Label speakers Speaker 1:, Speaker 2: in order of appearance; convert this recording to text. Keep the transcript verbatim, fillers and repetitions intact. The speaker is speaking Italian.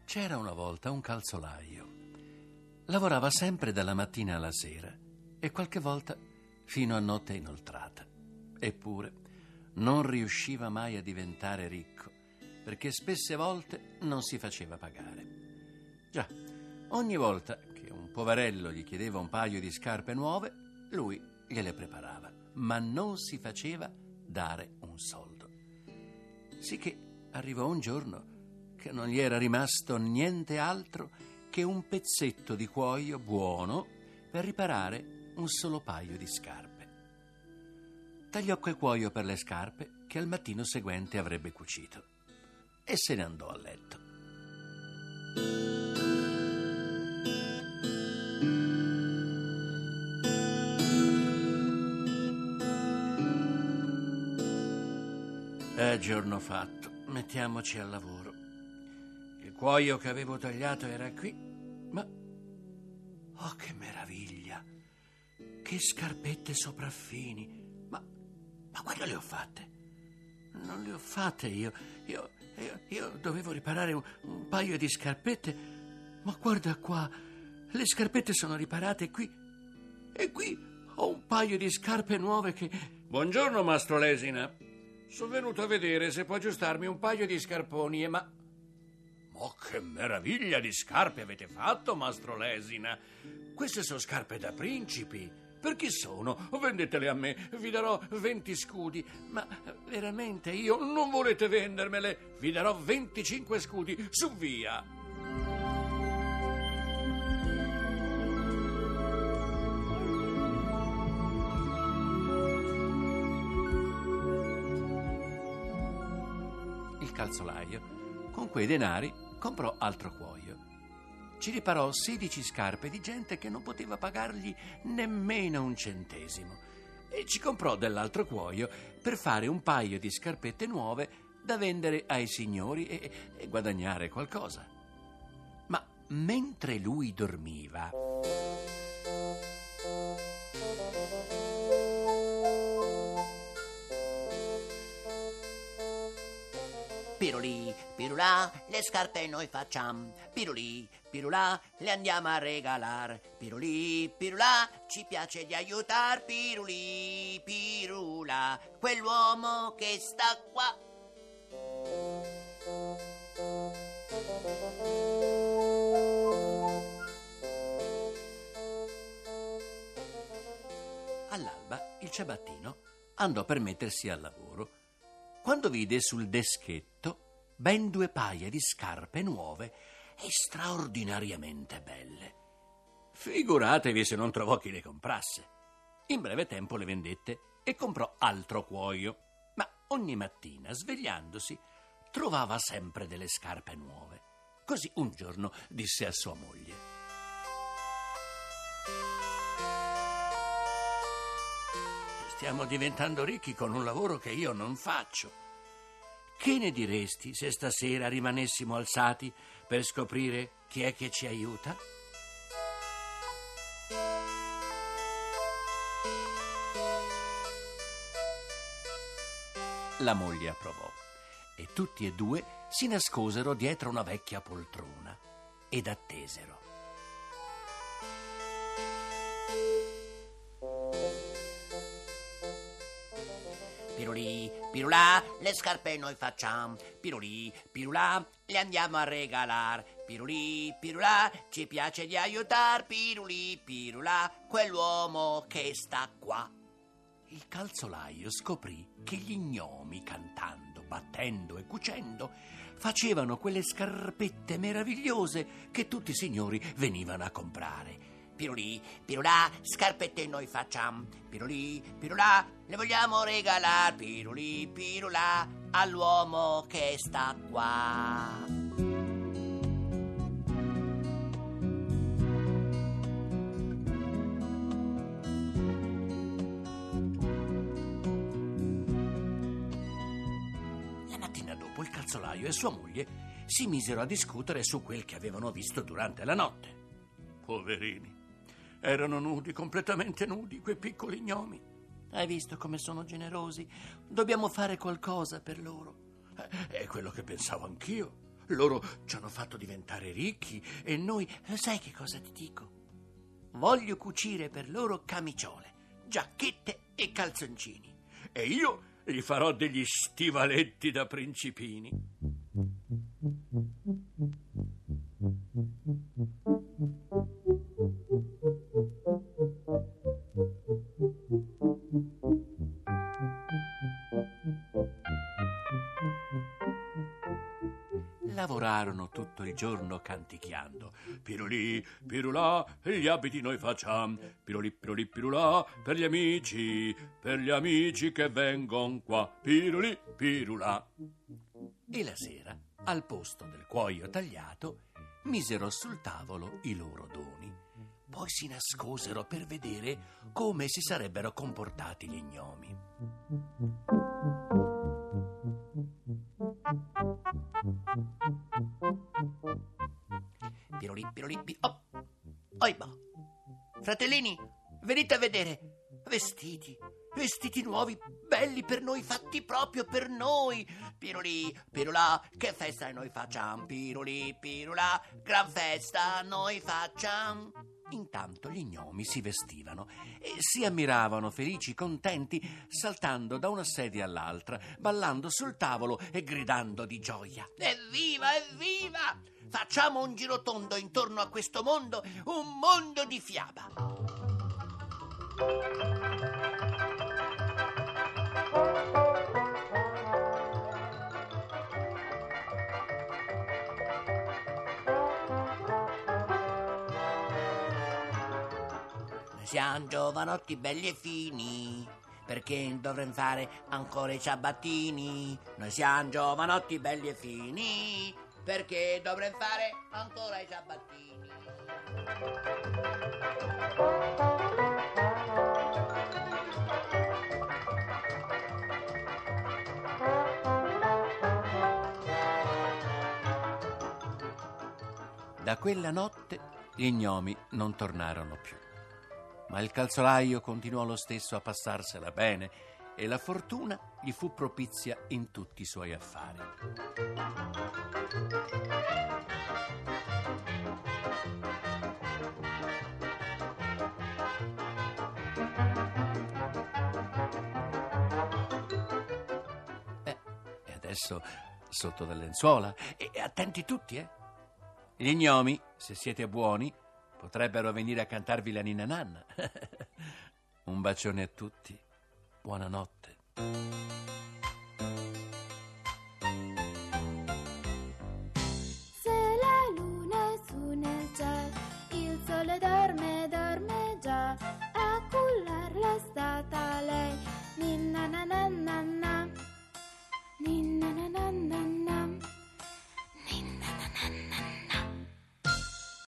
Speaker 1: C'era una volta un calzolaio. Lavorava sempre dalla mattina alla sera e qualche volta fino a notte inoltrata. Eppure non riusciva mai a diventare ricco perché spesse volte non si faceva pagare. Già, ogni volta che un poverello gli chiedeva un paio di scarpe nuove, lui gliele preparava, ma non si faceva dare un soldo. Sicché arrivò un giorno che non gli era rimasto niente altro che un pezzetto di cuoio buono per riparare un solo paio di scarpe. Tagliò quel cuoio per le scarpe che al mattino seguente avrebbe cucito e se ne andò a letto. È giorno fatto, mettiamoci al lavoro. Il cuoio che avevo tagliato era qui, ma... oh, che meraviglia! Che scarpette sopraffini! Ma... ma quando le ho fatte? Non le ho fatte io. Io, io, io dovevo riparare un, un paio di scarpette, ma guarda qua, le scarpette sono riparate qui. E qui ho un paio di scarpe nuove che... Buongiorno, Mastro Lesina. Sono venuto a vedere se può aggiustarmi un paio di scarponi e ma... Oh, che meraviglia di scarpe avete fatto, Mastro Lesina! Queste sono scarpe da principi. Per chi sono? Vendetele a me, vi darò venti scudi. Ma veramente io non volete vendermele? Vi darò venticinque scudi, su via! Il calzolaio, con quei denari, comprò altro cuoio. Ci riparò sedici scarpe di gente che non poteva pagargli nemmeno un centesimo e ci comprò dell'altro cuoio per fare un paio di scarpette nuove da vendere ai signori e, e guadagnare qualcosa. Ma mentre lui dormiva...
Speaker 2: Pirulì, pirulà, le scarpe noi facciamo. Pirulì, pirulà, le andiamo a regalar. Pirulì, pirulà, ci piace di aiutar. Pirulì, pirulà, quell'uomo che sta qua.
Speaker 1: All'alba il ciabattino andò per mettersi al lavoro quando vide sul deschetto ben due paia di scarpe nuove e straordinariamente belle. Figuratevi se non trovò chi le comprasse. In breve tempo le vendette e comprò altro cuoio, ma ogni mattina, svegliandosi, trovava sempre delle scarpe nuove. Così un giorno disse a sua moglie: stiamo diventando ricchi con un lavoro che io non faccio. Che ne diresti se stasera rimanessimo alzati per scoprire chi è che ci aiuta? La moglie approvò e tutti e due si nascosero dietro una vecchia poltrona ed attesero.
Speaker 2: Pirulì, pirulà, le scarpe noi facciamo. Pirulì, pirulà, le andiamo a regalar. Pirulì, pirulà, ci piace di aiutar. Pirulì, pirulà, quell'uomo che sta qua.
Speaker 1: Il calzolaio scoprì che gli gnomi, cantando, battendo e cucendo, facevano quelle scarpette meravigliose che tutti i signori venivano a comprare.
Speaker 2: Pirulì, pirulà, scarpette noi facciamo. Pirulì, pirulà, le vogliamo regalar. Pirulì, pirulà, all'uomo che sta qua.
Speaker 1: La mattina dopo il calzolaio e sua moglie si misero a discutere su quel che avevano visto durante la notte. Poverini, erano nudi, completamente nudi, quei piccoli gnomi. Hai visto come sono generosi? Dobbiamo fare qualcosa per loro. È quello che pensavo anch'io. loro ci hanno fatto diventare ricchi e noi...
Speaker 2: Sai che cosa ti dico? Voglio cucire per loro camiciole, giacchette e calzoncini.
Speaker 1: E io gli farò degli stivaletti da principini. Lavorarono tutto il giorno canticchiando. Pirulì, pirulà, gli abiti noi facciam. Pirulì, pirulì, pirulà, per gli amici, per gli amici che vengon qua. Pirulì, pirulà. E la sera, al posto del cuoio tagliato, misero sul tavolo i loro doni. Poi si nascosero per vedere come si sarebbero comportati gli gnomi.
Speaker 2: Pirolì, pirolì, pi... Oh, oibà. Fratellini, venite a vedere. Vestiti, vestiti nuovi, belli per noi, fatti proprio per noi. Pirolì, pirulà, che festa noi facciamo. Pirolì, pirulà, gran festa noi facciamo.
Speaker 1: Intanto gli gnomi si vestivano e si ammiravano felici, contenti, saltando da una sedia all'altra, ballando sul tavolo e gridando di gioia.
Speaker 2: Evviva, evviva! Facciamo un girotondo intorno a questo mondo, un mondo di fiaba. Siamo giovanotti belli e fini, perché dovremmo fare ancora i ciabattini. Noi siamo giovanotti belli e fini, perché dovremmo fare ancora i ciabattini.
Speaker 1: Da quella notte gli gnomi non tornarono più. Ma il calzolaio continuò lo stesso a passarsela bene e la fortuna gli fu propizia in tutti i suoi affari. Eh, e adesso sotto le lenzuola. E attenti tutti, eh! Gli gnomi, se siete buoni, potrebbero venire a cantarvi la ninna nanna. Un bacione a tutti. Buonanotte.